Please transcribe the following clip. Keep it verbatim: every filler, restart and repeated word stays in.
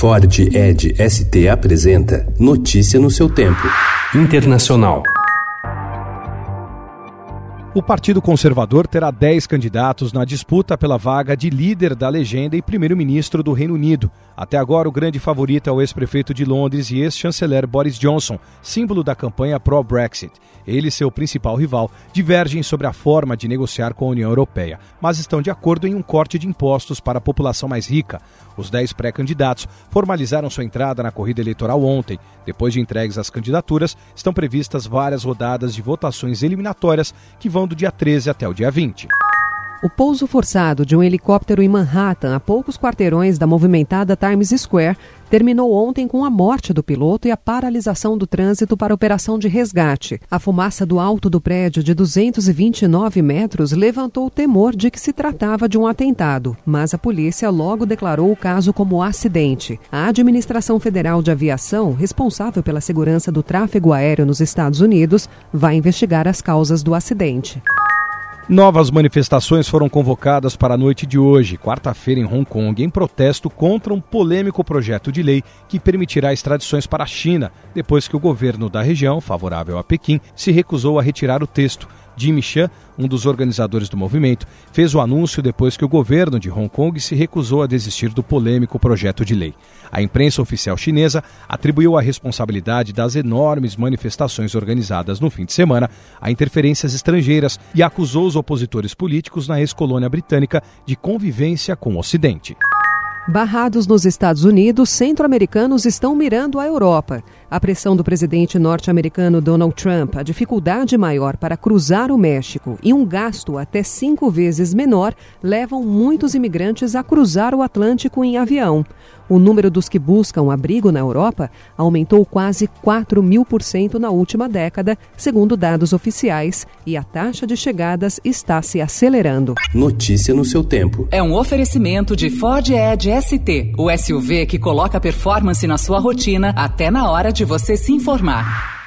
Ford Edge S T apresenta Notícia no seu tempo. Internacional. O Partido Conservador terá dez candidatos na disputa pela vaga de líder da legenda e primeiro-ministro do Reino Unido. Até agora, o grande favorito é o ex-prefeito de Londres e ex-chanceler Boris Johnson, símbolo da campanha pró-Brexit. Ele e seu principal rival divergem sobre a forma de negociar com a União Europeia, mas estão de acordo em um corte de impostos para a população mais rica. Os dez pré-candidatos formalizaram sua entrada na corrida eleitoral ontem. Depois de entregues as candidaturas, estão previstas várias rodadas de votações eliminatórias que vão do dia treze até o dia vinte. O pouso forçado de um helicóptero em Manhattan, a poucos quarteirões da movimentada Times Square, terminou ontem com a morte do piloto e a paralisação do trânsito para a operação de resgate. A fumaça do alto do prédio de duzentos e vinte e nove metros levantou o temor de que se tratava de um atentado, mas a polícia logo declarou o caso como acidente. A Administração Federal de Aviação, responsável pela segurança do tráfego aéreo nos Estados Unidos, vai investigar as causas do acidente. Novas manifestações foram convocadas para a noite de hoje, quarta-feira, em Hong Kong, em protesto contra um polêmico projeto de lei que permitirá extradições para a China, depois que o governo da região, favorável a Pequim, se recusou a retirar o texto. Jimmy Chan, um dos organizadores do movimento, fez o anúncio depois que o governo de Hong Kong se recusou a desistir do polêmico projeto de lei. A imprensa oficial chinesa atribuiu a responsabilidade das enormes manifestações organizadas no fim de semana a interferências estrangeiras e acusou os opositores políticos na ex-colônia britânica de convivência com o Ocidente. Barrados nos Estados Unidos, centro-americanos estão mirando a Europa. A pressão do presidente norte-americano Donald Trump, a dificuldade maior para cruzar o México e um gasto até cinco vezes menor levam muitos imigrantes a cruzar o Atlântico em avião. O número dos que buscam abrigo na Europa aumentou quase quatro mil por cento na última década, segundo dados oficiais, e a taxa de chegadas está se acelerando. Notícia no seu tempo. É um oferecimento de Ford Edge S T, o S U V que coloca performance na sua rotina até na hora de você se informar.